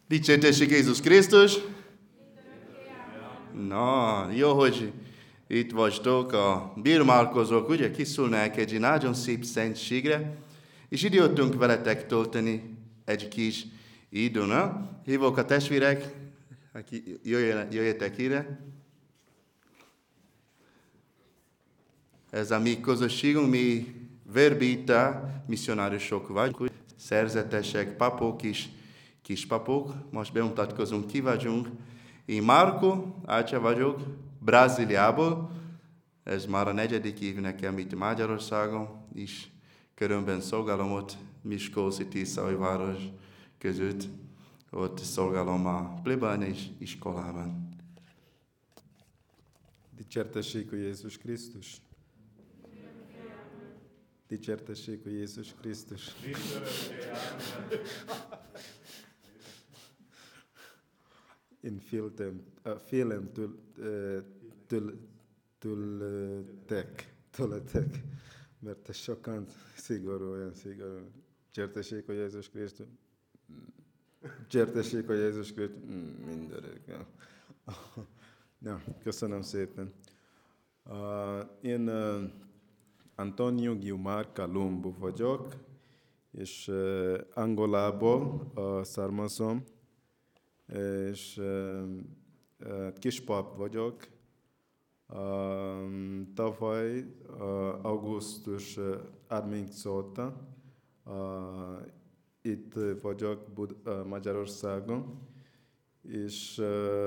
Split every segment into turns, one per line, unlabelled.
Dicsértessék Jézus Krisztus! Na, jó, hogy itt vagytok, a bírmálkozók, ugye kiszólnák egy nagyon szép szentségre, és ide jöttünk veletek tölteni egy kis időn. Hívok a testvérek, jöjjetek ide. Ez a mi közösségünk, mi verbita misszionáriusok vagyunk, szerzetesek, papok is, kispapok. Most bemutatkozunk, ki vagyunk. Én Márko, Ácsa vagyok, Brazíliából. Ez már a 4. év nekem itt Magyarországon, és körülbelül szolgálom ott Miskolci Tiszaiváros között. Ott szolgálom a plébániás iskolában.
Dicsértessék a Jézus Krisztus! Dicsértessék a Jézus Krisztus! Én félem tőletek, mert te sokan olyan szigorú. Dicsértessék a Jézus Krisztus! Dicsértessék a Jézus Krisztus! Mindenek. Na, köszönöm szépen. Én Antonio Guiomar Colombo vagyok, és Angolából származom, és kispap vagyok. Tavaly augusztus 30 óta itt vagyok Magyarországon, és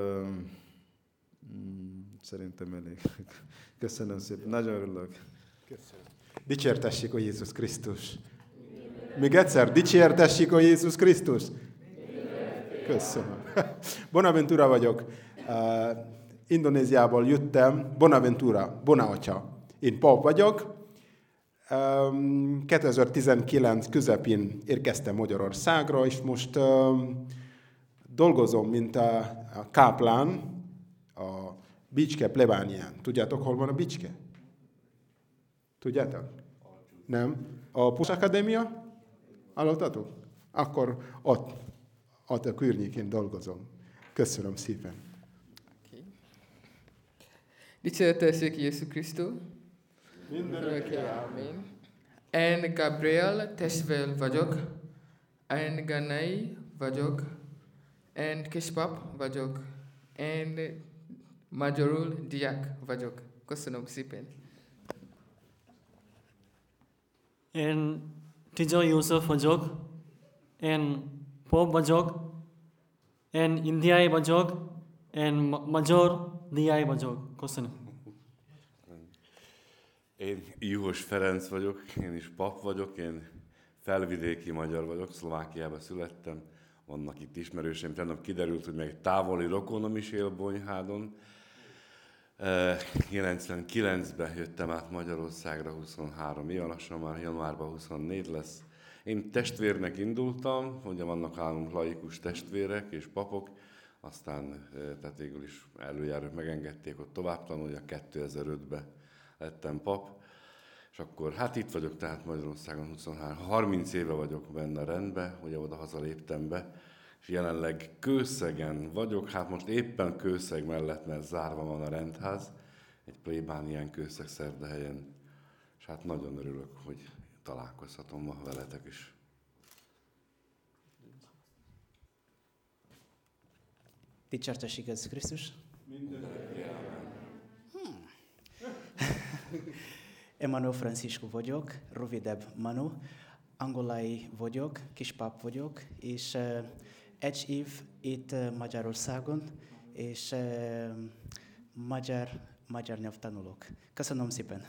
szerintem elég. Köszönöm szépen, nagyon örülök.
Köszönöm. Dicsértessék a Jézus Krisztus! Még egyszer, dicsértessék a Jézus Krisztus! Köszönöm. Bonaventura vagyok. Indonéziából jöttem. Bonaventura, Bonaocsa. Én pap vagyok. 2019 közepén érkeztem Magyarországra, és most dolgozom, mint a káplán a Bicske plebánián. Tudjátok, hol van a Bicske? Tudjátok? Nem? A Pusz Akadémia? Hallottatok? Akkor ott a környékén dolgozom. Köszönöm szépen.
Okay. Dicsértessék Jézus Krisztus!
Mindenki.
Amen. Én Gabriel testvér vagyok. Én Ganai vagyok. Én kispap vagyok. Én magyarul diák vagyok. Köszönöm szépen.
Én Tijó József vagyok. Én pop vagyok. Én indiai vagyok. Én magyar diák vagyok. Köszönöm.
Én Juhos Ferenc vagyok, én is pap vagyok, én felvidéki magyar vagyok, Szlovákiában születtem, vannak itt ismerőseim, tegnap kiderült, hogy meg távoli rokonom is él Bonyhádon. 99-ben jöttem át Magyarországra, 23 éve, lassan már januárban 24 lesz. Én testvérnek indultam, ugye vannak állunk laikus testvérek és papok, aztán tehát végül is előjárók megengedték, hogy tovább tanulni, 2005-ben lettem pap, és akkor hát itt vagyok tehát Magyarországon 30 éve vagyok benne rendben, ugye oda-haza léptem be, és jelenleg Kőszegen vagyok, hát most éppen Kőszeg mellett, mert zárva van a rendház, egy plébánián Kőszeg Szerdahelyen, és hát nagyon örülök, hogy találkozhatom ma veletek is.
Dicsértessék Jézus Krisztus! Emmanuel Francisco vagyok, rövidebb Manu, angolai vagyok, kispap vagyok, és egy év itt Magyarországon, és magyar nyelv tanulok. Köszönöm szépen!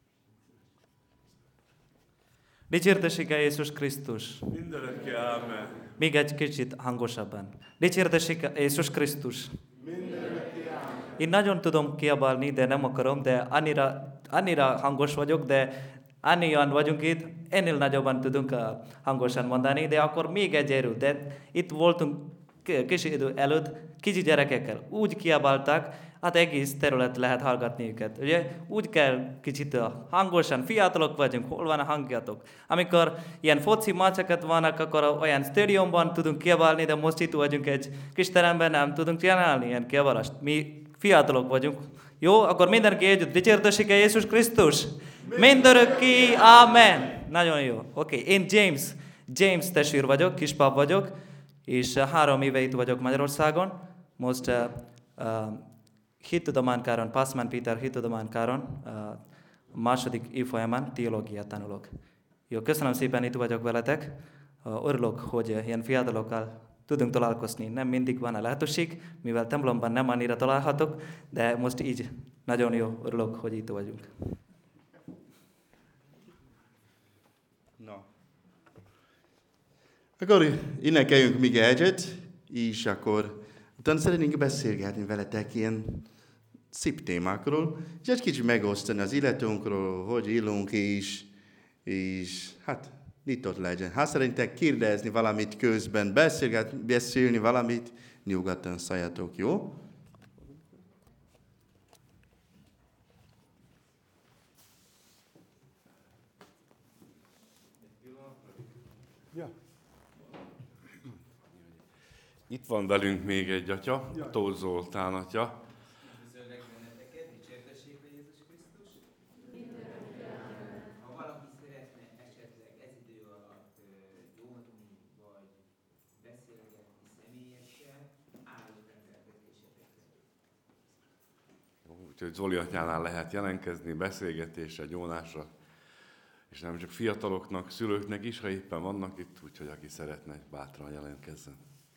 Dicsértessék Jézus Krisztus!
Mindenki ámen!
Még egy kicsit hangosabban. Dicsértessék Jézus Krisztus! Én nagyon tudom kiabálni, de nem akarom, de annyira hangos vagyok, de annyian vagyunk itt, ennél nagyobban tudunk hangosan mondani, de akkor még egy erő. De itt voltunk kis idő előtt kicsi gyerekekkel úgy kiabálták, hát egész terület lehet hallgatni őket. Ugye? Úgy kell kicsit hangosan, fiatalok vagyunk, hol van a hangjatok. Amikor ilyen foci meccseket vannak, akkor olyan stadionban tudunk kiabálni, de most itt vagyunk egy kis teremben, nem tudunk csinálni ilyen kiabálást. Mi fiatalok vagyunk. Jó, akkor mindenki együtt. Dicsértessék-e Jézus Krisztus? Mindörökké, amen. Nagyon jó. Oké, én James testvér vagyok, kispap vagyok, és 3 éve itt vagyok Magyarországon. Most hittudománykáron, Passmann Péter hittudománykáron, második évfolyamán teológiát tanulok. Jó, köszönöm szépen, itt vagyok veletek. Örülök, hogy ilyen fiatalokkal tudunk találkozni. Nem mindig van a lehetőség, mivel templomban nem annyira találhatok, de most így nagyon jó, örülök, hogy itt vagyunk.
No. Akkor énekeljünk még egyet, és akkor utána szeretnénk beszélgetni veletek ilyen szép témákról, és egy kicsit megosztani az életünkről, hogy élünk, és hát nyitott legyen. Ha szeretnétek kérdezni valamit közben, beszélni valamit, nyugodtan szóljatok, jó?
Itt van velünk még egy atya, Tóth Zoltán atya.
Üdvözöllek benneteket, dicsértessék a Jézus Krisztus. Ha valaki szeretne esetleg ez idő alatt gyónni, vagy beszélgetni személyesen, állok rendelkezésetekre.
Úgyhogy Zoli atyánál lehet jelentkezni beszélgetésre, gyónásra, és nem csak fiataloknak, szülőknek is, ha éppen vannak itt, úgyhogy aki szeretne, bátran jelentkezzen.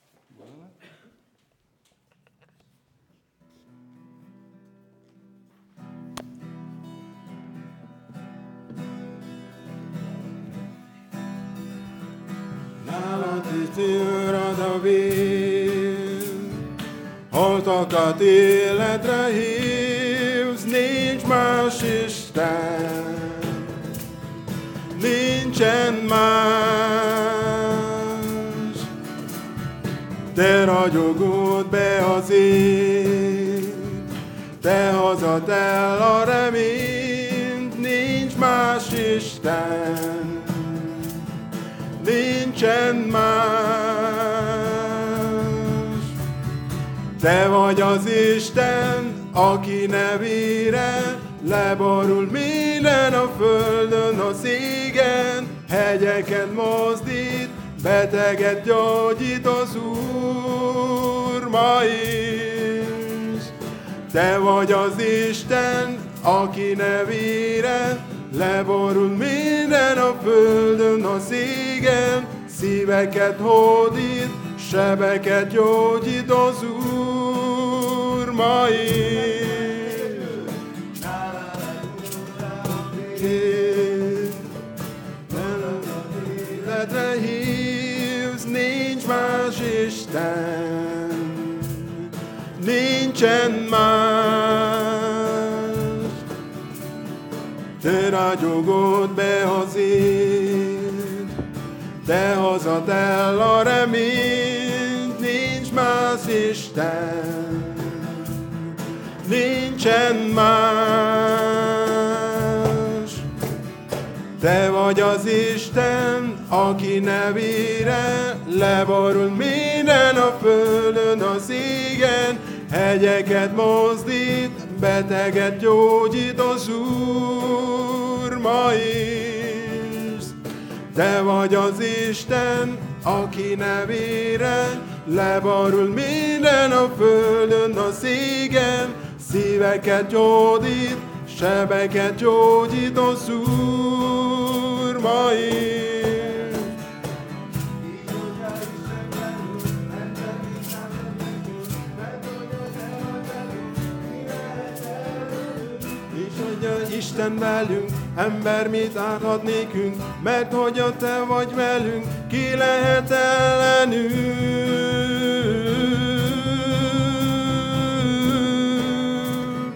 Nálad tűrad a víz, holtakat életre hívsz, nincs más Isten, nincsen más. Te ragyogod be az ég, te hozad el a reményt, nincs más Isten, nincsen más. Te vagy az Isten, aki nevére leborul minden a földön, az égen, hegyeket mozdít, beteget gyógyít az Úr ma is. Te vagy az Isten, aki nevére leborul minden a földön, az égen, szíveket hódít, sebeket gyógyít az Úr ma is. Életre hívsz, nincs más Isten, nincsen más. Te ragyogod be az ég, te hozad el a reményt, nincs más Isten, nincsen más. Te vagy az Isten, aki nevére leborul minden a földön, az égen, hegyeket mozdít, beteget gyógyít az Úr ma is. Te vagy az Isten, aki nevére leborul minden a földön, az égen, szíveket gyógyít, sebeket gyógyít az Úr ma is. Isten velünk, ember mit árhat nékünk, mert hogy a te vagy velünk, ki lehet ellenünk.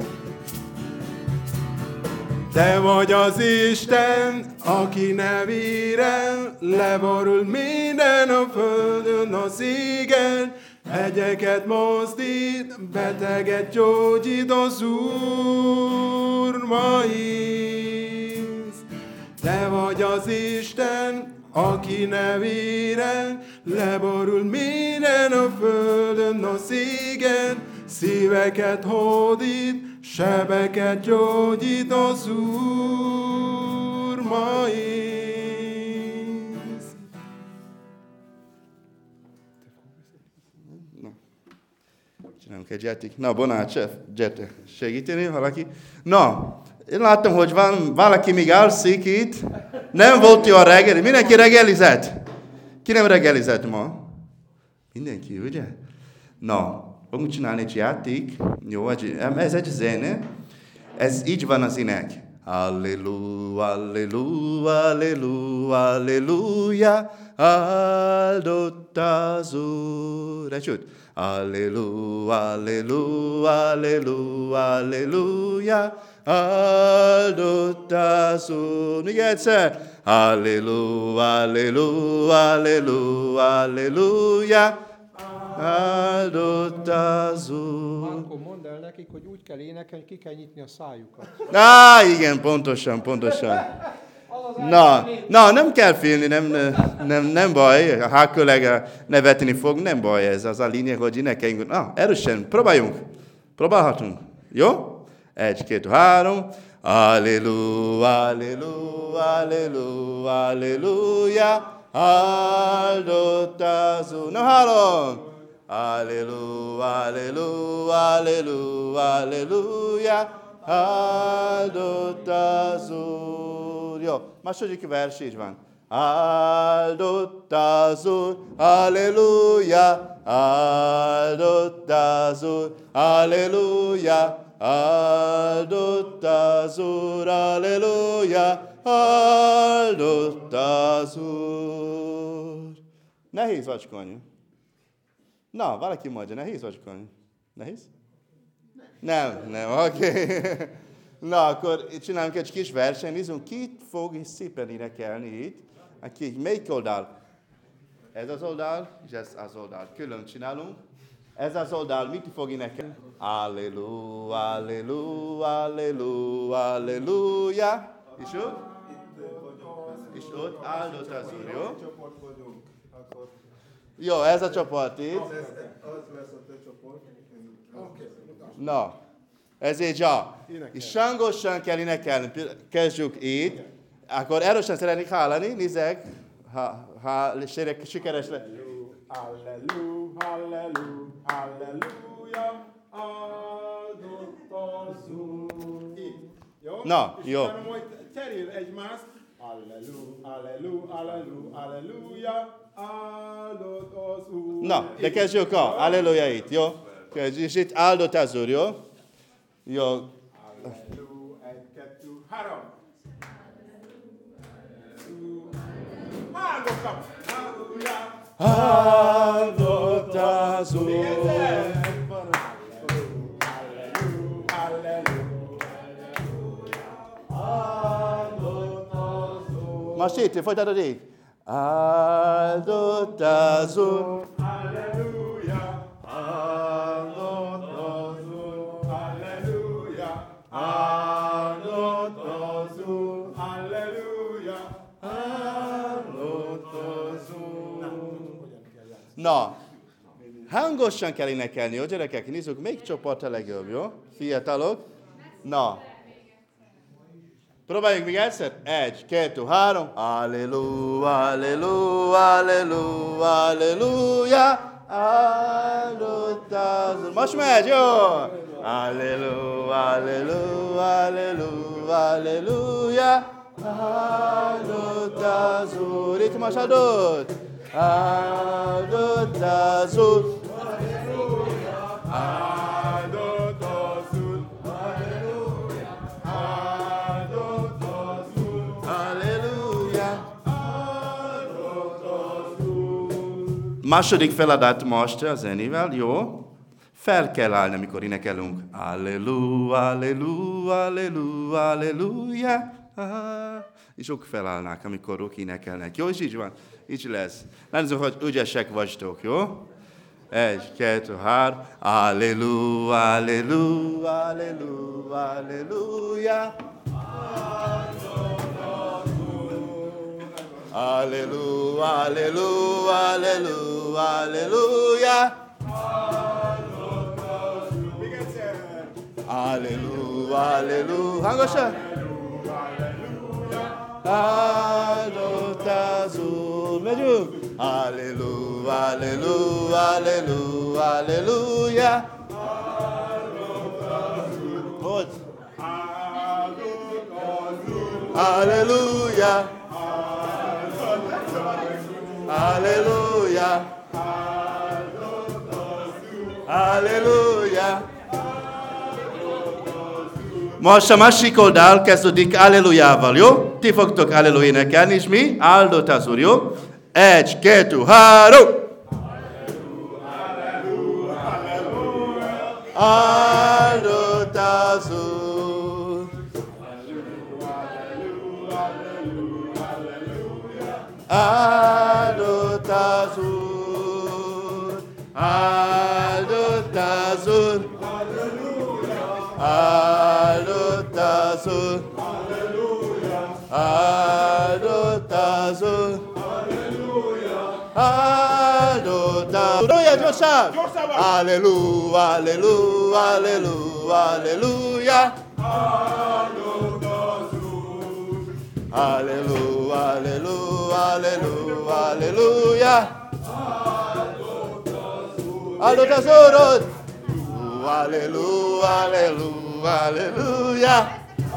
Te vagy az Isten, aki nevére leborul minden a földön, az égen, hegyeket mozdít, beteget gyógyít az Úr ma hisz. Te vagy az Isten, aki nevére leborul minden a földön, az égen, szíveket hódít, sebeket gyógyít az Úr ma hisz.
Csinálunk egy jetik. Na, Bonács, gyertek, segíteni valaki? Na, én láttam, hogy van valaki még alszik itt. Nem volt jó a reggeli. Mindenki reggelizett. Ki nem reggelizett ma? Mindenki, ugye? Na, fogunk csinálni egy játék. Jó, ez egy zene. Ez így van az ének. Halleluja, halleluja, halleluja, halleluja, áldott az Úr. Egy Halleluja, halleluja, halleluja, halleluja, áldott az Úr. Még egyszer. Halleluja, halleluja, halleluja, halleluja, áldott az Úr.
Akkor mondd el nekik, hogy úgy kell énekelni, ki kell nyitni a szájukat.
Igen, pontosan. Na, nem kell félni, nem baj, ha kollega nevetni fog, nem baj ez, az a lényeg, hogy énekeljünk. Erősen, próbálhatunk, jó? 1, 2, 3, Alleluja, alleluja, alleluja, alleluja, áldott az Úr. Nem hallom! Alleluja, alleluja, alleluja, alleluja, áldott az Úr. Jó, második vers így van. Áldott az Úr, alleluja, áldott az Úr, alleluja, áldott az Úr, alleluja, áldott az Úr. Nehéz vacskolni. Na, valaki mondja, nehéz vacskolni. Nehéz? Nem, oké. Na, akkor csinálunk egy kis versenyt, nézzünk, ki fog szépen énekelni itt. Melyik oldal? Ez az oldal, és ez az oldal. Külön csinálunk. Ez az oldal, mit fog énekelni? Alleluja, alleluja, alleluja, alleluja. És ott? És ott áldott az Úr, jó? Jó, ez a csoport itt. Na, ezért és hangosan kell énekelni. Kezdjük itt. Akkor erősen szeretnék hallani, nézzek, ha sikeres lesz.
Alleluja, alleluja, alleluja, áldott az Úr. Jó?
Na, jó.
És majd cserél egymást. Alleluja, alleluja, alleluja, alleluja, áldott az Úr.
Na, de kezdjük a alleluja itt, jó? És itt áldott az Úr, jó? Jó.
Alleluja, 1, 2, 3. Hallottam!
Áldott az Úr. Most itt, folytatod így. Áldott az Úr.
Halleluja, áldott az Úr. Halleluja, áldott az Úr. Halleluja, áldott az Úr.
Na, hangosan kell énekelni, jó gyerekek? Nézzük, melyik csoport a legjobb, jó? Fiatalok. Na. Próbáljuk még egyszer. 1, 2, 3. Alleluja, alleluja, alleluja, alleluja. Áldott az Úr. Most megy, jó? Alleluja, alleluja, alleluja, alleluja. Áldott az Úr. Itt most adott. Áldott az Úr.
Áldott az Úr. Halleluja, áldott az Úr.
Halleluja.
Áldott az Úr.
Második feladat most a zenével, jó? Fel kell állni, amikor énekelünk. Alleluja, alleluja, alleluja, alleluja. És ők felállnak, amikor ők énekelnek. Jó, és így van. Így lesz. Látom, hogy ügyesek vagytok, jó? 1, 2, 3. Alleluia, alleluia, alleluia, alleluia. Alleluia, alleluia, alleluia, alleluia. Alleluia, alleluia. Hangosan. Áldott az Úr. Megyünk. Alleluia, alleluia, alleluia, alleluia. Hogy? Alleluia. Alleluia. Alleluia. Most a másik oldal kezdődik allelujával, jó? Ti fogtok alleluja énekelni, és mi? Áldott az Úr, jó? 1, 2, 3. Áldott az Úr. Áldott az Úr. Áldott az Úr. Áldott az Úr. Áldott az Úr. Áldott az Úr. Rója gyorsan! Alleluia, alleluia, alleluia, alleluia. Áldott az Úr. Alleluia, alleluia, alleluia, alleluia. Áldott az Úrod. Alleluia, alleluia, alleluia.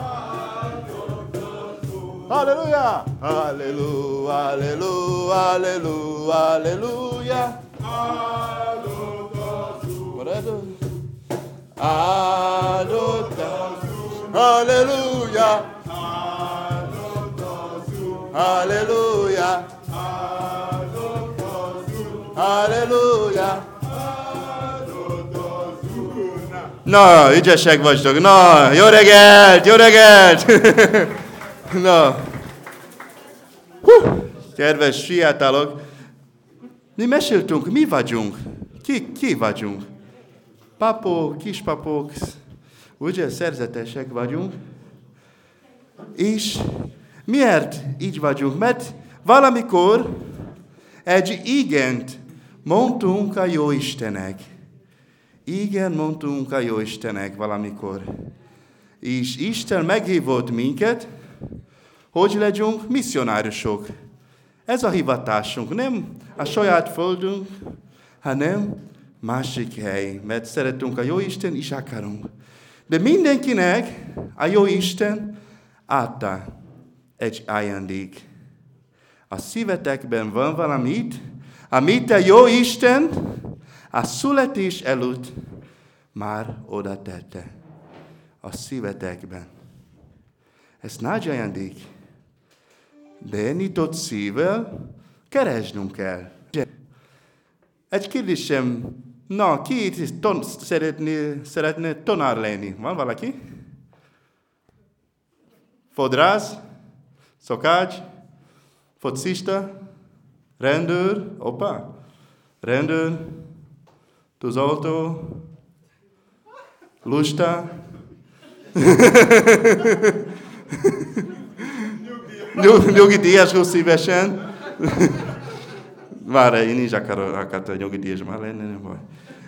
Alleluia, alleluia, alleluia, alleluia, alleluia. Áldott az Úr. Alleluia. Alleluia. Alleluia. Na, ügyesek vagytok. Na, jó reggelt, jó reggelt! Na. Kedves fiatalok, mi meséltünk, mi vagyunk? Ki vagyunk? Papok, kispapok, ugye szerzetesek vagyunk. És miért így vagyunk? Mert valamikor egy igent mondtunk a Jóistennek. Igen, mondtunk a Jóistennek valamikor. És Isten meghívott minket, hogy legyünk misszionárusok. Ez a hivatásunk, nem a saját földünk, hanem másik hely, mert szeretünk a Jóisten, és akarunk. De mindenkinek a Jóisten adta egy ajándék. A szívetekben van valamit, amit a Jóisten a születés előtt már oda tette. A szívetekben. Ez nagy ajándék. De nyitott szívvel keresnünk kell. Egy kérdésem, na, ki szeretne tanár lenni? Van valaki? Fodrász? Szakács? Focista? Rendőr? Opa? Rendőr? Tűzoltó? Lusta? Nyugdíjas 20 évesen. Várj, én is akartam nyugdíjas már lenni, nem baj.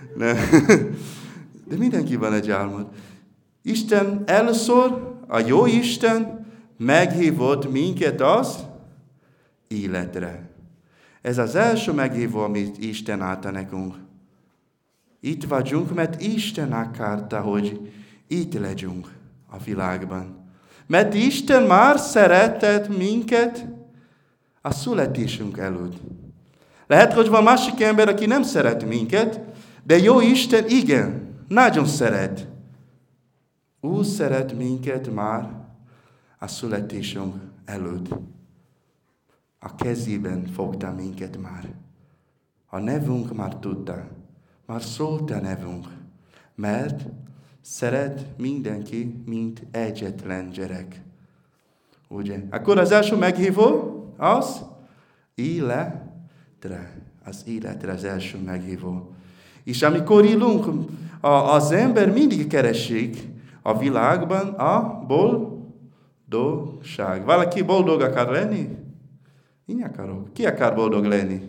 De mindenki van egy álmod. Isten először, a jó Isten meghívott minket az életre. Ez az első meghívó, amit Isten adta nekünk. Itt vagyunk, mert Isten akarta, hogy itt legyünk a világban. Mert Isten már szeretett minket a születésünk előtt. Lehet, hogy van másik ember, aki nem szeret minket, de jó Isten igen, nagyon szeret. Ő szeret minket már a születésünk előtt. A kezében fogta minket már. A nevünk már tudta. Már szólt a nevünk. Mert szeret mindenki, mint egyetlen gyerek. Ugye? Akkor az első meghívó az életre. Az életre az első meghívó. És amikor élünk, az ember mindig keresik a világban a boldogság. Valaki boldog akar lenni? Én akarok. Ki akar boldog lenni?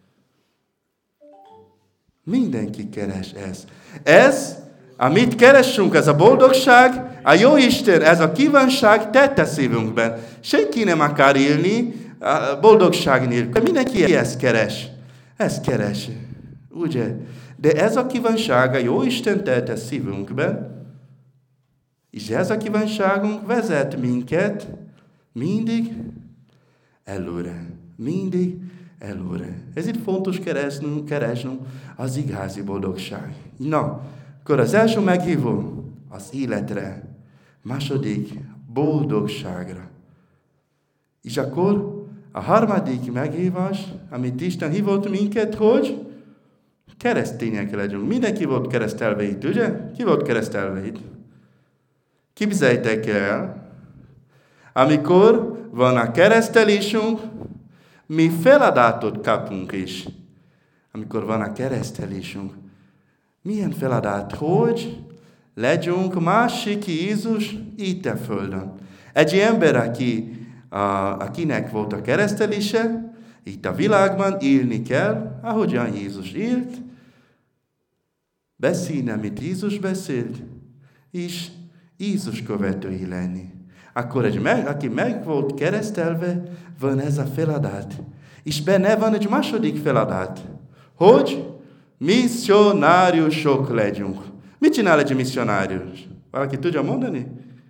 Mindenki keres ezt. Ez, amit keresünk, ez a boldogság, a Jóisten, ez a kívánság tette szívünkben. Senki nem akar élni boldogság nélkül. Mindenki ezt keres. Ezt keres. Ugye? De ez a kívánság a Jóisten tette szívünkben, és ez a kívánságunk vezet minket mindig előre. Mindig előre. Ezért fontos keresnünk az igazi boldogság. Na, akkor az első meghívó az életre, második boldogságra. És akkor a harmadik meghívás, amit Isten hívott minket, hogy keresztények legyünk. Mindenki volt keresztelve itt, ugye? Ki volt keresztelve itt? Képzeljétek el, amikor van a keresztelésünk, mi feladatot kapunk is. Amikor van a keresztelésünk. Milyen feladat? Hogy legyünk másik Jézus itt a földön. Egy ember, akinek volt a keresztelése, itt a világban élni kell, ahogyan Jézus élt, beszélni, amit Jézus beszélt, és Jézus követői lenni. Akkor aki meg volt keresztelve, van ez a feladat. És benne van egy második feladat, hogy misszionáriusok legyünk. Mit csinál egy misszionárius? Valaki tudja mondani?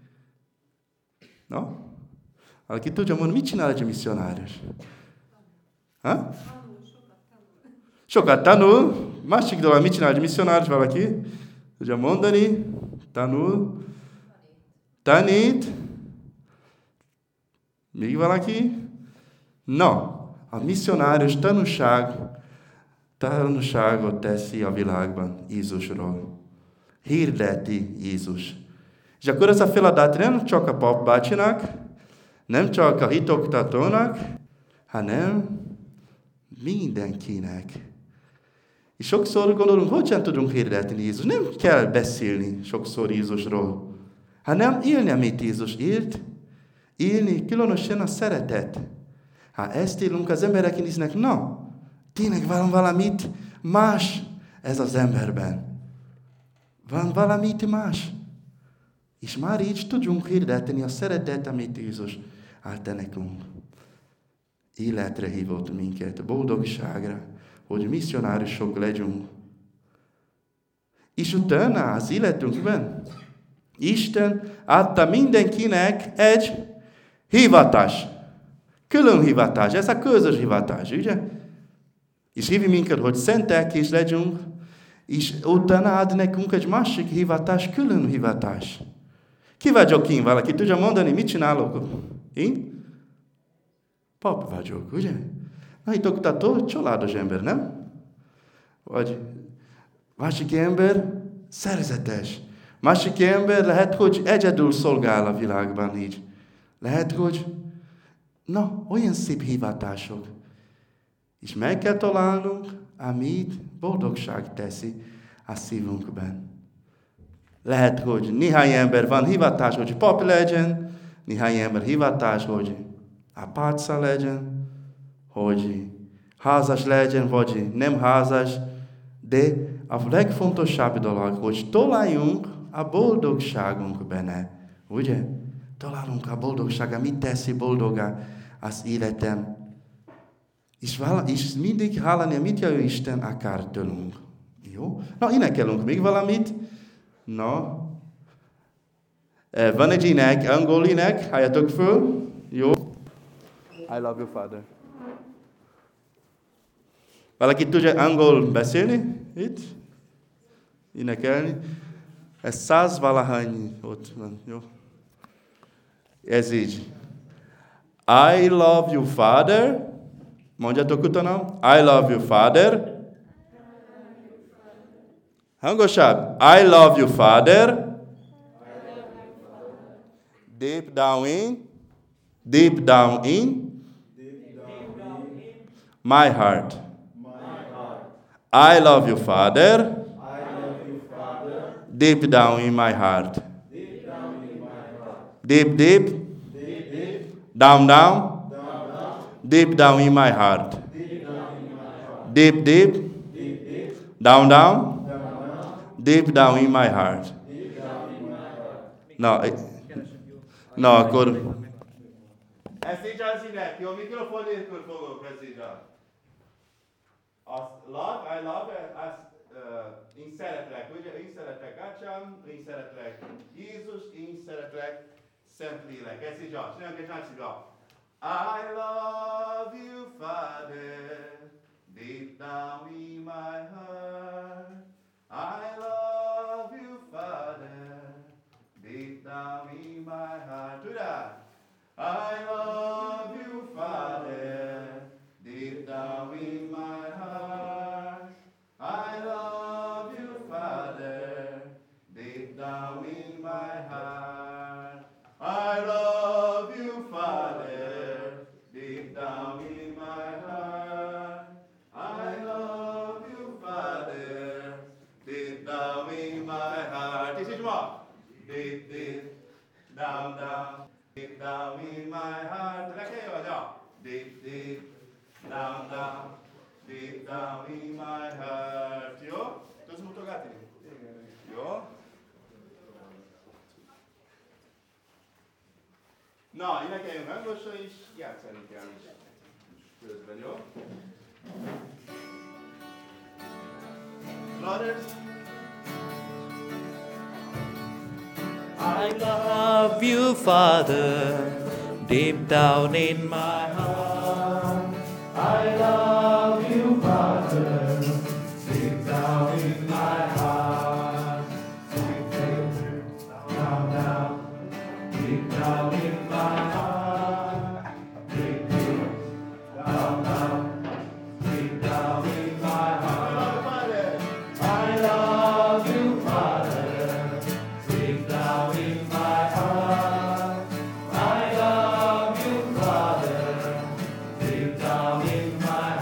No? Valaki tudja mondani, mit csinál egy misszionárius? Ha? Sokat tanul. Másik dolog, mit csinál egy misszionárius? Valaki tudja mondani? Tanul. Tanít. Még valaki? No, a misszionárius tanúságot teszi a világban Jézusról. Hirdeti Jézus. És akkor ez a feladat nem csak a papbácsinak, nem csak a hitoktatónak, hanem mindenkinek. És sokszor gondolunk, hogyan tudunk hirdetni Jézus. Nem kell beszélni sokszor Jézusról, hanem élni, amit Jézus élt, élni különösen a szeretet. Ha ezt élünk, az emberek néznek, na, tényleg van valamit más ez az emberben. Van valamit más. És már így tudjunk hirdetni a szeretet, amit Jézus állt nekünk. Életre hívott minket, boldogságra, hogy misszionárisok legyünk. És utána az életünkben Isten adta mindenkinek egy hivatás. Külön hivatás. Ez a közös hivatás, ugye? És hív minket, hogy szentek is legyünk, és utána ad nekünk egy másik hivatás, külön hivatás. Ki vagyok én? Valaki tudja mondani, mit csinálok? Én? Pap vagyok, ugye? Na, itt oktató, családos ember, nem? Vagy másik ember szerzetes. Másik ember lehet, hogy egyedül szolgál a világban így. Lehet, hogy na, olyan szép hivatások. És meg kell találnunk, amit boldogság teszi a szívünkben. Lehet, hogy néhány ember van hivatás, hogy pap legyen, néhány ember hivatás, hogy apáca legyen, hogy házas legyen, vagy nem házas, de a legfontosabb dolog, hogy találjunk a boldogságunk benne. Ugye? Találunk a boldogság, mit teszi boldogá az életem. És mindig hallani, mit jó Isten akar tőlünk. Jó? Na, énekelünk még valamit. Na. Van egy ének, angol ének, halljatok föl. Jó? I love you, Father. Valaki tudja angol beszélni? Itt? Énekelni? Ez 100 valahány ott van. Jó? Ez így. I love you, Father. Mondjatok utána. I love you, Father. Hangosabb. I love you, Father. Deep down in. Deep down in. My heart. I love you, Father. Deep down in my heart. Deep, deep. Down, down. Deep down in my heart. Deep, deep. Down, down. Deep down in my heart. Na, akkor... Ezt így csinálják, jó? Mikrofon nélkül fogok, ez így. Azt love, I love, én szeretlek, ugye? Én szeretlek Atyám, én szeretlek Jézus, én szeretlek Szentlélek. Ez így, csináljuk egy másik. I love you, Father, deep down in my heart. I love you, Father, deep down in my heart. Tudod? I love you, Father, deep down in my heart. I love you, Father, deep down in my heart. I love you, Father, deep down in my heart. I love you, Father, deep down in my heart. This is what? Deep, deep, down, down. Deep down in my heart. Deep, deep, down, down. Deep down in my heart. Jó? Tudsz mutogatni? Jó? Na, énekeljünk hangosra is, játszani kell is. Közben, jó? Brothers?
I love you, Father, deep down in my heart. I love you, Father, deep down in my heart. Deep, deep, down, down, deep down in my heart. Deep, deep, down, down, deep down in my heart. I love you, Father, deep down in my heart. I love you, Father, deep down in my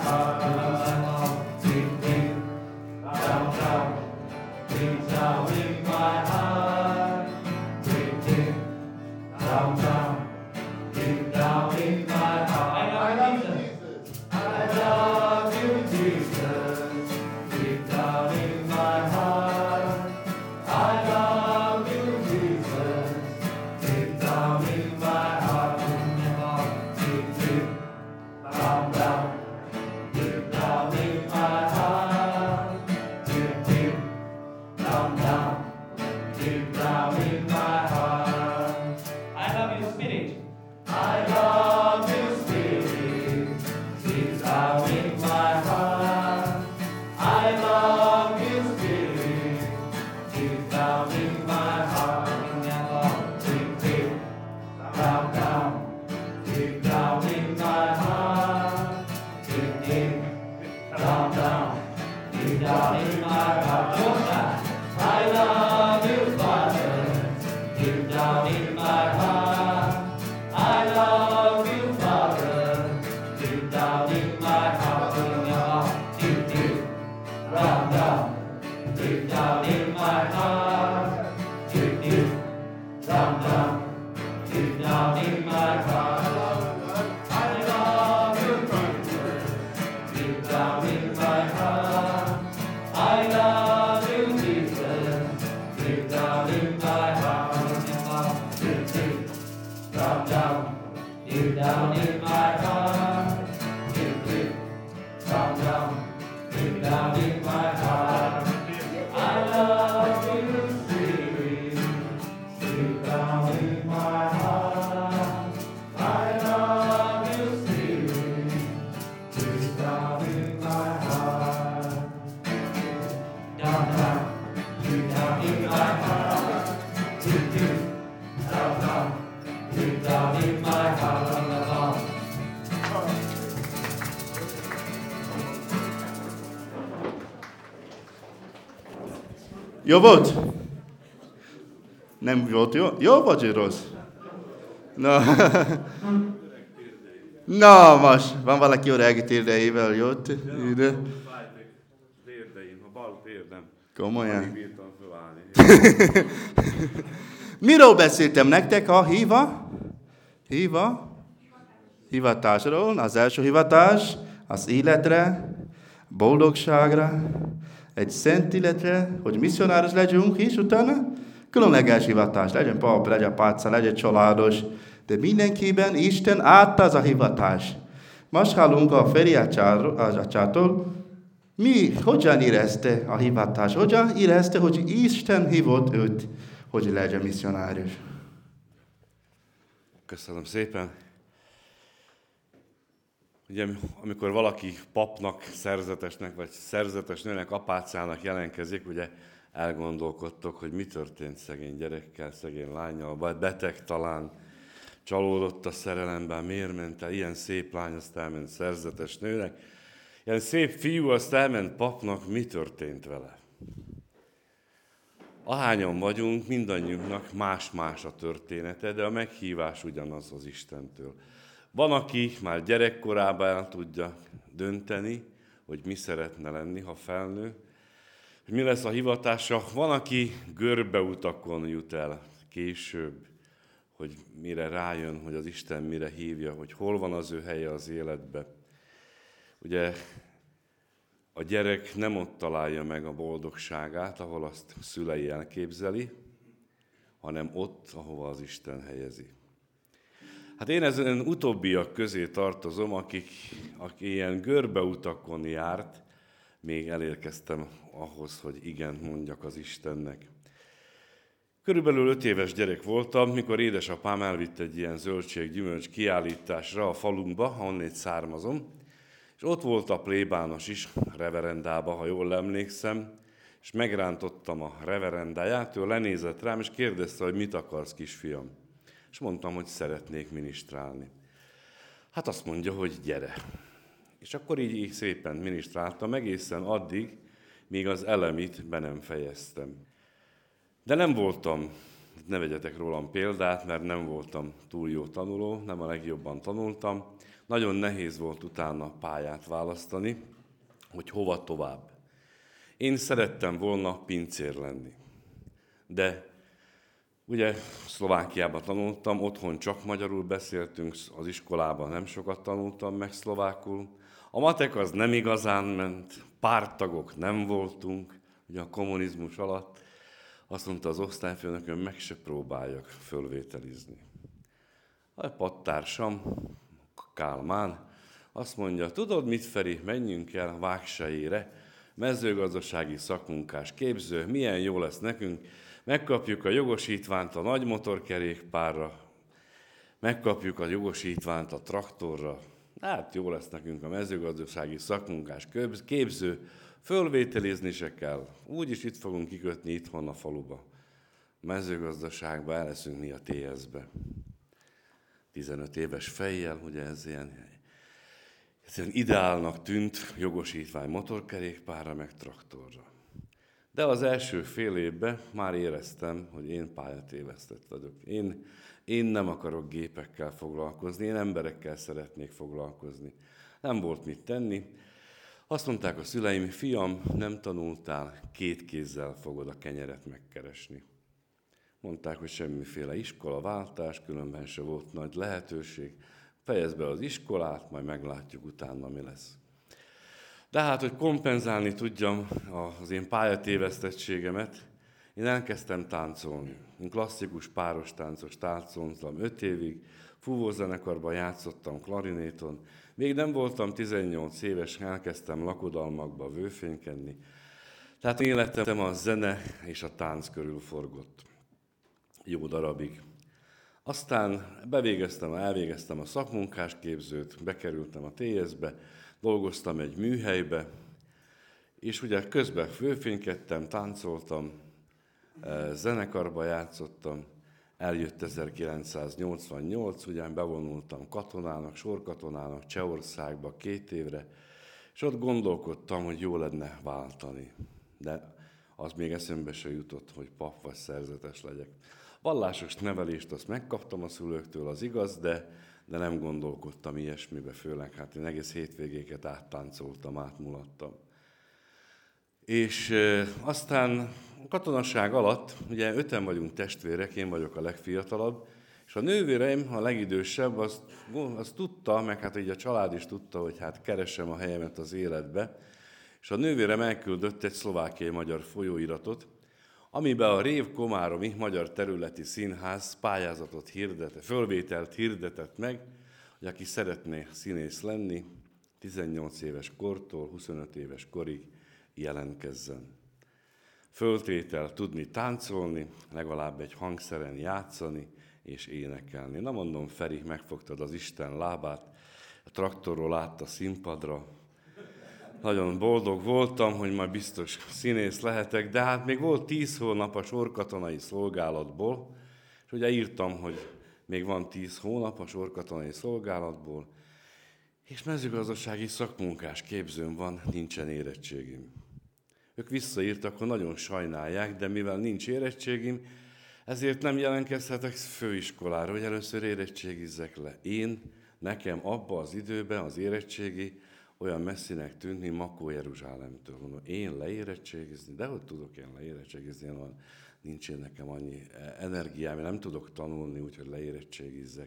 heart. Deep, deep, down, down, deep down in my heart. Deep, deep, down, down, deep down in my heart. I love you, Jesus. I love you, Jesus, deep down in my heart. I love you, Jesus, deep down in my heart. Deep, deep, down, down, deep down in my heart. Deep, deep, down, down, deep down in my heart. I love you, Spirit. I love you, Spirit, deep down in my heart. I love you, Spirit, deep down in my heart. Deep, deep, down, down, deep down in my heart. Deep, deep, down, down, deep down in my heart. I love you, Father, deep down in my heart. I love you, Father, deep down in my heart. Deep, deep, down, down, deep down in my heart. Deep, deep, down, down, deep down in my heart. I love you, Father, deep down in my heart. I love you, Jesus, deep down in my heart. Deep, deep, down, down, deep down in my heart. Deep, deep, down, down, deep down in my heart. I love you, Spirit, deep down in my heart. I love you, Spirit, deep down in my heart. Down, down, deep down in my heart. Deep, deep, down, down, deep down in my heart.
Jó volt? Nem volt jó? Jó vagy rossz? Na, most van valaki öreg térdeivel jött ide? Komolyan.
Alig bírtam fölállni.
Miről beszéltem nektek a hivatásról? Az első hivatás az életre, boldogságra, egy szent életre, hogy misszionárius legyünk, és utána különleges hivatás. Legyen pap, legyen páca, legyen családos, de mindenkiben Isten adta az a hivatás. Most hallunk a Feri atyától, mi hogyan érezte a hivatás? Hogyan érezte, hogy Isten hívott őt, hogy legyen misszionárius?
Köszönöm szépen. Ugye, amikor valaki papnak, szerzetesnek, vagy szerzetes nőnek, apácának jelentkezik, ugye elgondolkodtok, hogy mi történt szegény gyerekkel, szegény lánnyal, vagy beteg talán, csalódott a szerelemben, miért ment el, ilyen szép lány, azt elment szerzetes nőnek, ilyen szép fiú, azt elment papnak, mi történt vele? Ahányan vagyunk, mindannyiunknak más-más a története, de a meghívás ugyanaz az Istentől. Van, aki már gyerekkorában el tudja dönteni, hogy mi szeretne lenni, ha felnő, hogy mi lesz a hivatása. Van, aki görbeutakon jut el később, hogy mire rájön, hogy az Isten mire hívja, hogy hol van az ő helye az életbe. Ugye a gyerek nem ott találja meg a boldogságát, ahol azt szülei elképzeli, hanem ott, ahova az Isten helyezi. Hát én ezen utóbbiak közé tartozom, aki ilyen görbeutakon járt, még elérkeztem ahhoz, hogy igent mondjak az Istennek. Körülbelül 5 éves gyerek voltam, mikor édesapám elvitt egy ilyen zöldség-gyümölcs kiállításra a falunkba, ahonnét származom, és ott volt a plébános is, reverendába, ha jól emlékszem, és megrántottam a reverendáját, ő lenézett rám, és kérdezte, hogy mit akarsz, kisfiam. És mondtam, hogy szeretnék minisztrálni. Hát azt mondja, hogy gyere. És akkor így szépen minisztráltam egészen addig, míg az elemit be nem fejeztem. De nem voltam, ne vegyetek rólam példát, mert nem voltam túl jó tanuló, nem a legjobban tanultam. Nagyon nehéz volt utána pályát választani, hogy hova tovább. Én szerettem volna pincér lenni, de ugye Szlovákiában tanultam, otthon csak magyarul beszéltünk, az iskolában nem sokat tanultam meg szlovákul. A matek az nem igazán ment, párttagok nem voltunk, ugye a kommunizmus alatt. Azt mondta az osztályfőnököm, meg se próbáljak fölvételizni. A padtársam, Kálmán, azt mondja, tudod mit, Feri, menjünk el Vágselyére, mezőgazdasági szakmunkás képző, milyen jó lesz nekünk, megkapjuk a jogosítványt a nagy motorkerékpárra, megkapjuk a jogosítványt a traktorra, hát jó lesz nekünk a mezőgazdasági szakmunkás képző, fölvételizni se kell, úgyis itt fogunk kikötni itthon a faluba. Mezőgazdaságba el leszünk mi a TS-be. 15 éves fejjel, ugye ez ilyen ideálnak tűnt, jogosítvány motorkerékpárra, meg traktorra. De az első fél évben már éreztem, hogy én pályatévesztett vagyok. Én nem akarok gépekkel foglalkozni, én emberekkel szeretnék foglalkozni. Nem volt mit tenni. Azt mondták a szüleim, fiam, nem tanultál, 2 kézzel fogod a kenyeret megkeresni. Mondták, hogy semmiféle iskolaváltás, különben se volt nagy lehetőség. Fejezd be az iskolát, majd meglátjuk utána, mi lesz. De hát, hogy kompenzálni tudjam az én pályatévesztettségemet, én elkezdtem táncolni. Én klasszikus páros táncos táncoltam 5 évig, fúvózenekarban játszottam klarinéton, még nem voltam 18 éves, elkezdtem lakodalmakba vőfénykedni. Tehát életem a zene és a tánc körül forgott. Jó darabig. Aztán elvégeztem a szakmunkásképzőt, bekerültem a TS-be, dolgoztam egy műhelybe, és ugye közben főfénykedtem, táncoltam, zenekarba játszottam, eljött 1988, ugye bevonultam katonának, sorkatonának Csehországba 2 évre, és ott gondolkodtam, hogy jó lenne váltani. De az még eszembe se jutott, hogy pap vagy szerzetes legyek. Vallásos nevelést azt megkaptam a szülőktől, az igaz, de nem gondolkodtam ilyesmibe, főleg hát én egész hétvégéket áttáncoltam, átmulattam. És aztán a katonaság alatt, ugye 5-en vagyunk testvérek, én vagyok a legfiatalabb, és a nővérem, a legidősebb, az tudta, meg hát így a család is tudta, hogy hát keresem a helyemet az életbe, és a nővérem elküldött egy szlovákiai-magyar folyóiratot, amiben a Rév-Komáromi Magyar Területi Színház pályázatot fölvételt hirdetett meg, hogy aki szeretné színész lenni, 18 éves kortól 25 éves korig jelentkezzen. Föltétel tudni táncolni, legalább egy hangszeren játszani és énekelni. Na mondom, Feri, megfogtad az Isten lábát, a traktorról állt a színpadra. Nagyon boldog voltam, hogy majd biztos színész lehetek, de hát még volt 10 hónap a sorkatonai szolgálatból, és ugye írtam, hogy még van 10 hónap a sorkatonai szolgálatból, és mezőgazdasági szakmunkás képzőm van, nincsen érettségim. Ők visszaírtak, hogy nagyon sajnálják, de mivel nincs érettségim, ezért nem jelentkezhetek főiskolára, hogy először érettségizzek le. Nekem abba az időben az érettségi olyan messzinek tűnt, mint Makó Jeruzsálemtől. Mondom, én leérettségizni? De hogy tudok én leérettségizni? Nincs nekem annyi energiám, nem tudok tanulni, úgyhogy leérettségizzek.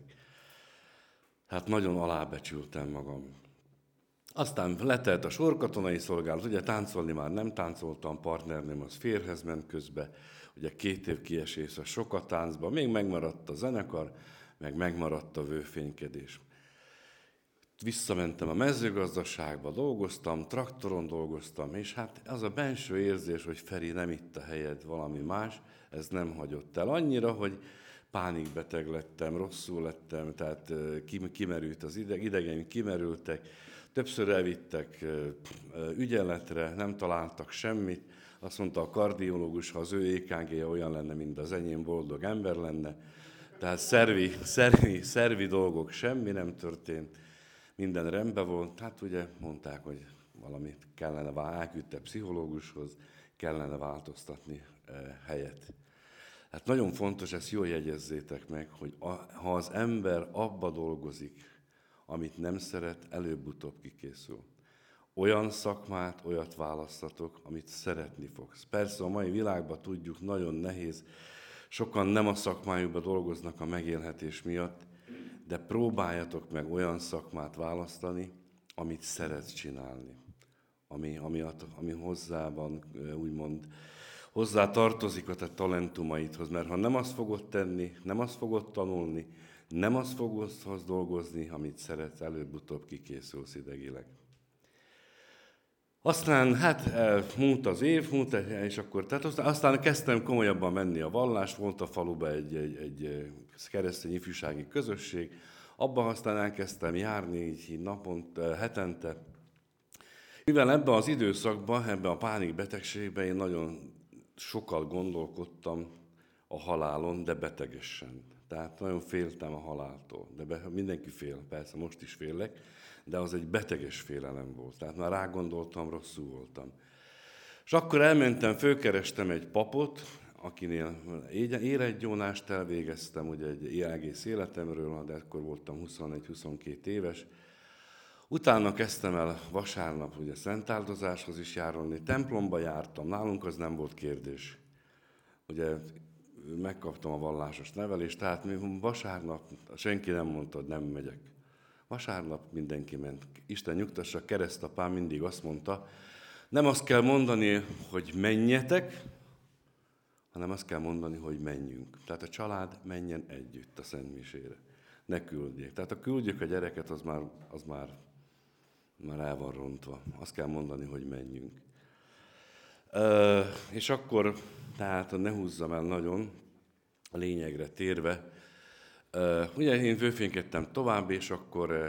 Hát nagyon alábecsültem magam. Aztán letelt a sorkatonai szolgálat, ugye táncolni már nem táncoltam, partnerném az férjhez ment közbe, ugye 2 év kiesés a sokatáncba, még megmaradt a zenekar, meg megmaradt a vőfénykedés. Visszamentem a mezőgazdaságba, dolgoztam, traktoron dolgoztam, és hát az a benső érzés, hogy Feri, nem itt a helyed, valami más, ez nem hagyott el. Annyira, hogy pánikbeteg lettem, rosszul lettem, tehát kimerült az idegeim, kimerültek, többször elvittek ügyeletre, nem találtak semmit, azt mondta a kardiológus, ha az ő EKG-je olyan lenne, mint az enyém, boldog ember lenne, tehát szervi dolgok, semmi nem történt. Minden rendben volt, hát ugye mondták, hogy valamit kellene, elküldte pszichológushoz, kellene változtatni helyet. Hát nagyon fontos, ezt jól jegyezzétek meg, hogy ha az ember abba dolgozik, amit nem szeret, előbb-utóbb kikészül. Olyan szakmát, olyat választatok, amit szeretni fogsz. Persze a mai világban tudjuk, nagyon nehéz, sokan nem a szakmájukban dolgoznak a megélhetés miatt, de próbáljatok meg olyan szakmát választani, amit szeretsz csinálni, ami hozzá van, úgymond, hozzá tartozik a te talentumaidhoz, mert ha nem azt fogod tenni, nem azt fogod tanulni, nem azt fogod dolgozni, amit szeretsz, előbb-utóbb kikészülsz idegileg. Aztán hát múlt az év, és akkor, tehát aztán kezdtem komolyabban menni a vallás, volt a faluban egy keresztény ifjúsági közösség, abban aztán elkezdtem járni így hetente. Mivel ebben az időszakban, ebben a pánikbetegségben én nagyon sokat gondolkodtam a halálon, de betegesen. Tehát nagyon féltem a haláltól, de mindenki fél, persze most is félek, de az egy beteges félelem volt. Tehát már rágondoltam, rosszul voltam. És akkor elmentem, fölkerestem egy papot, akinél életgyónást elvégeztem, ugye egy egész életemről, de akkor voltam 21-22 éves. Utána kezdtem el vasárnap ugye szentáldozáshoz is járni, templomba jártam, nálunk az nem volt kérdés. Ugye megkaptam a vallásos nevelést, tehát vasárnap senki nem mondta, hogy nem megyek. Vasárnap mindenki ment. Isten nyugtassa, keresztapám mindig azt mondta, nem azt kell mondani, hogy menjetek, hanem azt kell mondani, hogy menjünk. Tehát a család menjen együtt a szentmisére. Ne küldjék. Tehát ha küldjük a gyereket, az már el van rontva. Azt kell mondani, hogy menjünk. És akkor, tehát ne húzzam el nagyon, a lényegre térve, ugye én főfénykedtem tovább, és akkor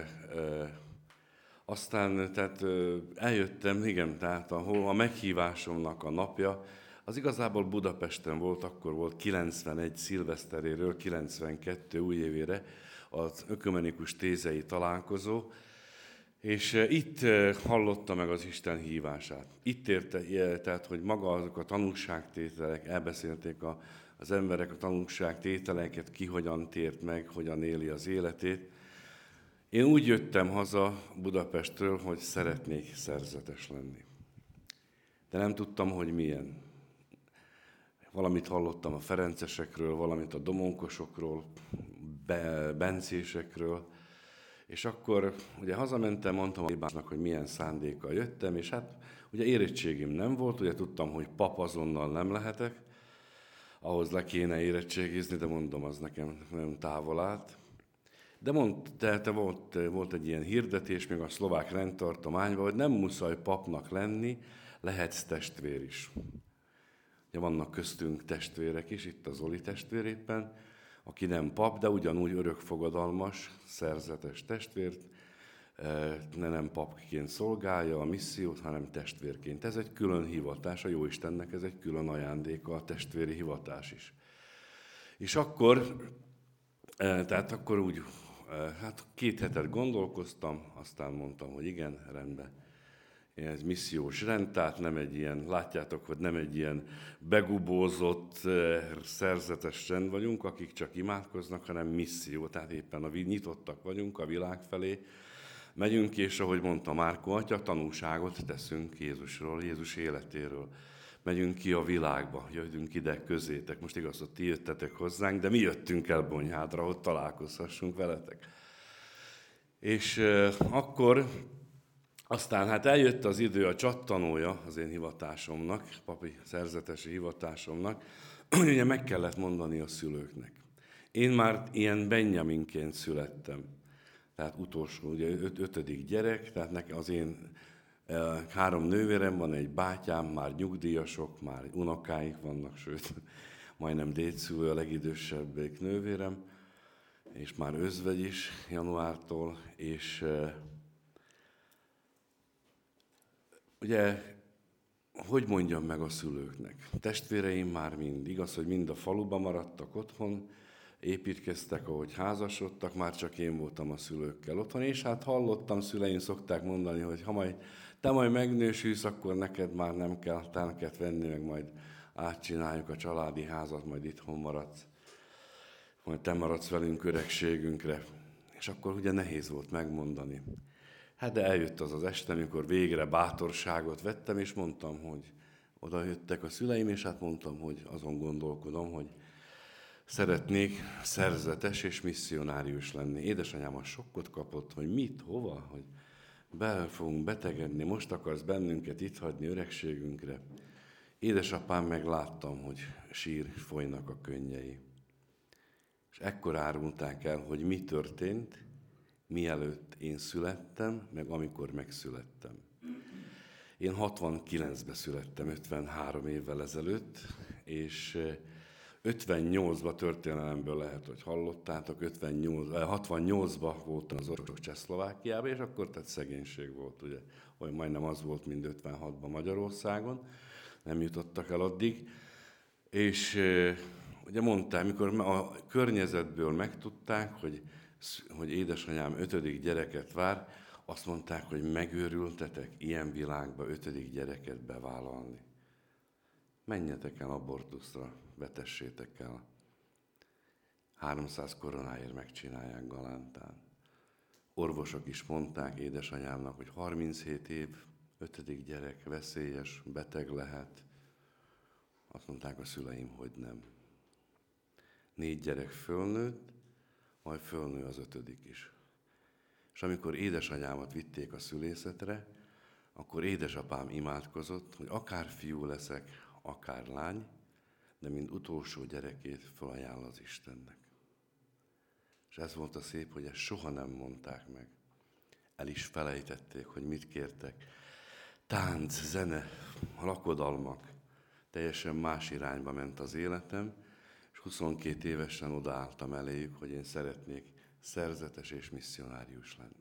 aztán tehát eljöttem, igen, tehát a meghívásomnak a napja, az igazából Budapesten volt, akkor volt 91 szilveszteréről 92 újévére az ökumenikus tézei találkozó, és itt hallotta meg az Isten hívását. Itt érte, tehát, hogy maga azok a tanúságtételek, elbeszélték az emberek a tanúságtételeket, ki hogyan tért meg, hogyan éli az életét. Én úgy jöttem haza Budapestről, hogy szeretnék szerzetes lenni. de nem tudtam, hogy milyen. Valamit hallottam a ferencesekről, valamit a domonkosokról, bencésekről, és akkor ugye hazamentem, mondtam a Libának, hogy milyen szándékkal jöttem, és hát ugye érettségim nem volt, ugye tudtam, hogy pap azonnal nem lehetek, ahhoz le kéne érettségizni, de mondom, az nekem nagyon távol állt. De volt egy ilyen hirdetés még a szlovák rendtartományban, hogy nem muszáj papnak lenni, lehetsz testvér is. Ugye vannak köztünk testvérek is, itt a Zoli testvér éppen, aki nem pap, de ugyanúgy örökfogadalmas, szerzetes testvért, nem papként szolgálja a missziót, hanem testvérként. Ez egy külön hivatás, a Jóistennek ez egy külön ajándéka, a testvéri hivatás is. És akkor, tehát akkor úgy, hát 2 hetet gondolkoztam, aztán mondtam, hogy igen, rendben. Ez missziós rend, tehát nem egy ilyen, látjátok, hogy nem egy ilyen begubózott, szerzetes rend vagyunk, akik csak imádkoznak, hanem misszió, tehát éppen nyitottak vagyunk a világ felé. Megyünk, és ahogy mondta Márko atya, tanúságot teszünk Jézusról, Jézus életéről. Megyünk ki a világba, jöttünk ide közétek. Most igaz, hogy ti jöttetek hozzánk, de mi jöttünk el Bonyhádra, hogy találkozhassunk veletek. És akkor aztán hát eljött az idő, a csattanója az én hivatásomnak, papi szerzetesi hivatásomnak, hogy ugye meg kellett mondani a szülőknek. Én már ilyen Benjaminként születtem, tehát utolsó, ugye 5. gyerek, tehát az én 3 nővérem van, egy bátyám, már nyugdíjasok, már unokáik vannak, sőt, majdnem dédszülő a legidősebbik nővérem, és már özvegy is januártól, és ugye, hogy mondjam meg a szülőknek? Testvéreim már mind, igaz, hogy mind a faluban maradtak otthon, építkeztek, ahogy házasodtak, már csak én voltam a szülőkkel otthon, és hát hallottam, szüleim szokták mondani, hogy ha majd te majd megnősülsz, akkor neked már nem kell telket venni, meg majd átcsináljuk a családi házat, majd itthon maradsz, majd te maradsz velünk öregségünkre. És akkor ugye nehéz volt megmondani. Hát de eljött az este, amikor végre bátorságot vettem, és mondtam, hogy oda jöttek a szüleim, és hát mondtam, hogy azon gondolkodom, hogy szeretnék szerzetes és misszionárius lenni. Édesanyám a sokkot kapott, hogy mit, hova, hogy be fogunk betegedni, most akarsz bennünket itt hagyni öregségünkre. Édesapám meg láttam, hogy sír, folynak a könnyei. És ekkor árulták el, hogy mi történt, mielőtt én születtem, meg amikor megszülettem. Én 69-ben születtem, 53 évvel ezelőtt, és 58-ban történelemből lehet, hogy hallottátok, 68-ban voltam az orvos Csehszlovákiában, és akkor tehát szegénység volt, ugye, hogy majdnem az volt, mint 56-ban Magyarországon, nem jutottak el addig, és ugye mondták, mikor a környezetből megtudták, hogy édesanyám 5. gyereket vár, azt mondták, hogy megőrültetek ilyen világba 5. gyereket bevállalni. Menjetek el abortuszra, vetessétek el. 300 koronáért megcsinálják Galántán. Orvosok is mondták édesanyámnak, hogy 37 év, 5. gyerek, veszélyes, beteg lehet. Azt mondták a szüleim, hogy nem. 4 gyerek fölnőtt, majd fölnő az 5. is. És amikor édesanyámat vitték a szülészetre, akkor édesapám imádkozott, hogy akár fiú leszek, akár lány, de mind utolsó gyerekét felajánl az Istennek. És ez volt a szép, hogy ezt soha nem mondták meg. El is felejtették, hogy mit kértek. Tánc, zene, lakodalmak. Teljesen más irányba ment az életem, és 22 évesen odaálltam eléjük, hogy én szeretnék szerzetes és misszionárius lenni.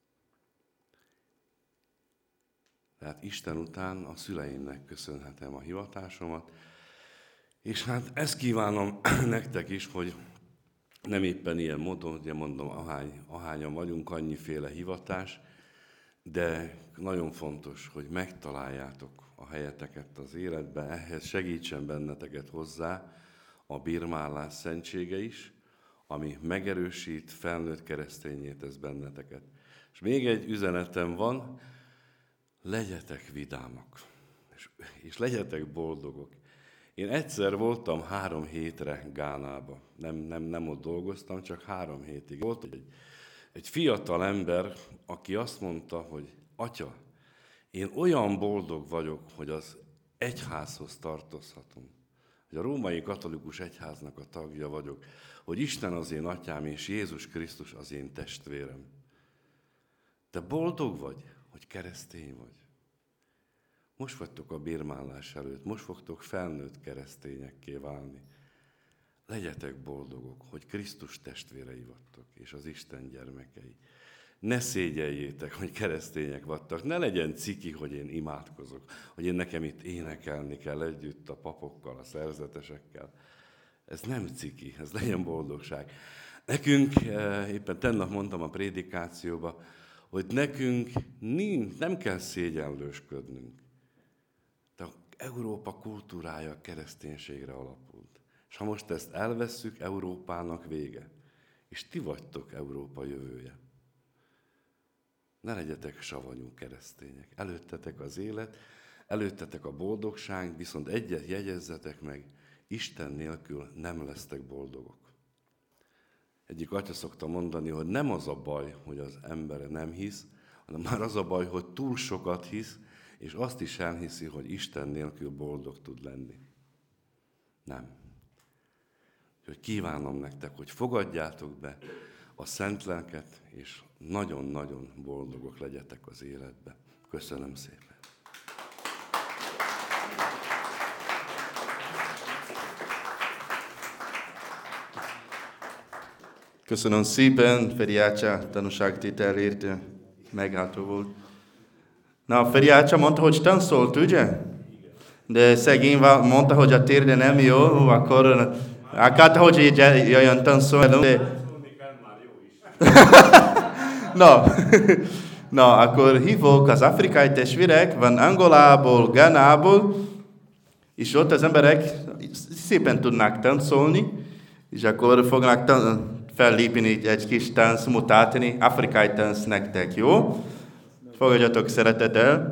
Tehát Isten után a szüleimnek köszönhetem a hivatásomat, és hát ezt kívánom nektek is, hogy nem éppen ilyen módon, ugye mondom, ahányan vagyunk, annyiféle hivatás, de nagyon fontos, hogy megtaláljátok a helyeteket az életben, ehhez segítsen benneteket hozzá a birmálás szentsége is, ami megerősít, felnőtt keresztényé tesz benneteket. És még egy üzenetem van, legyetek vidámak. és legyetek boldogok. Én egyszer voltam 3 hétre Gánába. Nem ott dolgoztam, csak 3 hétig. Volt egy fiatal ember, aki azt mondta, hogy Atya, én olyan boldog vagyok, hogy az egyházhoz tartozhatom. Hogy a római katolikus egyháznak a tagja vagyok. Hogy Isten az én atyám, és Jézus Krisztus az én testvérem. Te boldog vagy, hogy keresztény vagy? Most vagytok a bírmálás előtt, most fogtok felnőtt keresztényekké válni. Legyetek boldogok, hogy Krisztus testvérei vagytok, és az Isten gyermekei. Ne szégyeljétek, hogy keresztények vagytok, ne legyen ciki, hogy én imádkozok, hogy én nekem itt énekelni kell együtt a papokkal, a szerzetesekkel. Ez nem ciki, ez legyen boldogság. Nekünk, éppen tegnap mondtam a prédikációba, hogy nekünk nem kell szégyenlősködnünk. De Európa kultúrája a kereszténységre alapult. És ha most ezt elvesszük, Európának vége. És ti vagytok Európa jövője. Ne legyetek savanyú keresztények. Előttetek az élet, előttetek a boldogság, viszont egyet jegyezzetek meg, Isten nélkül nem lesztek boldogok. Egyik atya szokta mondani, hogy nem az a baj, hogy az ember nem hisz, hanem már az a baj, hogy túl sokat hisz, és azt is elhiszi, hogy Isten nélkül boldog tud lenni. Nem. Úgyhogy kívánom nektek, hogy fogadjátok be a Szent Lelket, és nagyon-nagyon boldogok legyetek az életbe. Köszönöm szépen.
Köszönöm szépen, Feriácsa tanúságtételért, megálltó volt. Na, Feriácsa mondta, hogy tancolt, ugye? De szegény mondta, hogy a térde nem jó, akkor akarta, hogy jöjjön tancolni, de... Na, akkor hívok az afrikai testvérek, van Angolából, Ganából, és ott az emberek szépen tudnak táncolni, és akkor fognak fellépni egy kis tánc, mutatni, afrikai tánc nektek, jó? Fogadjatok szeretettel!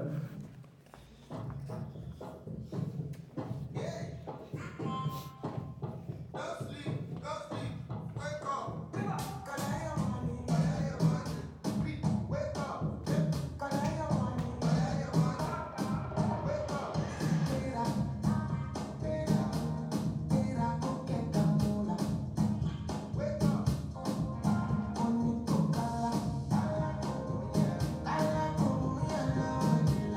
La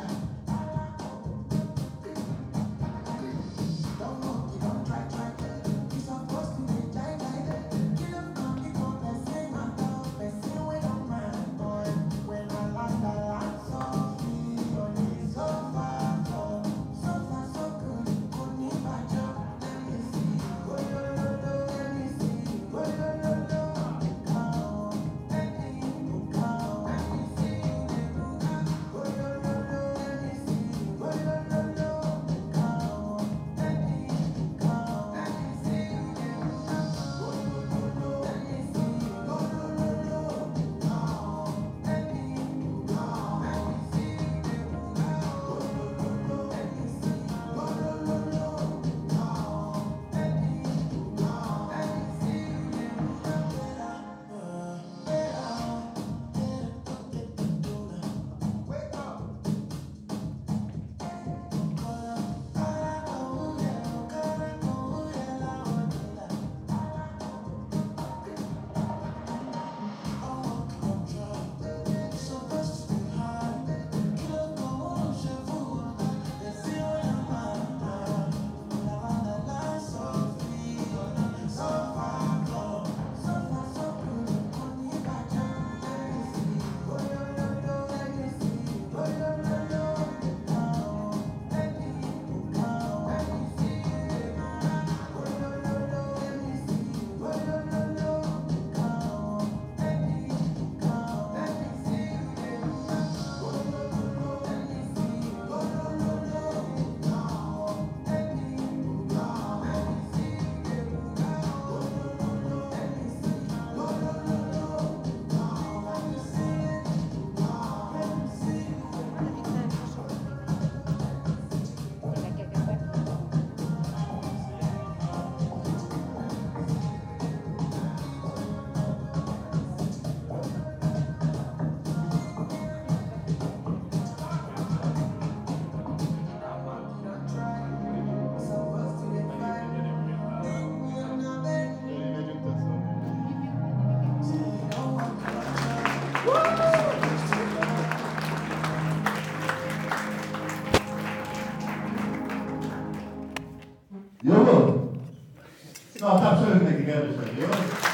Jó volt? Na, tapsoljuk neki, kedvesek, jó?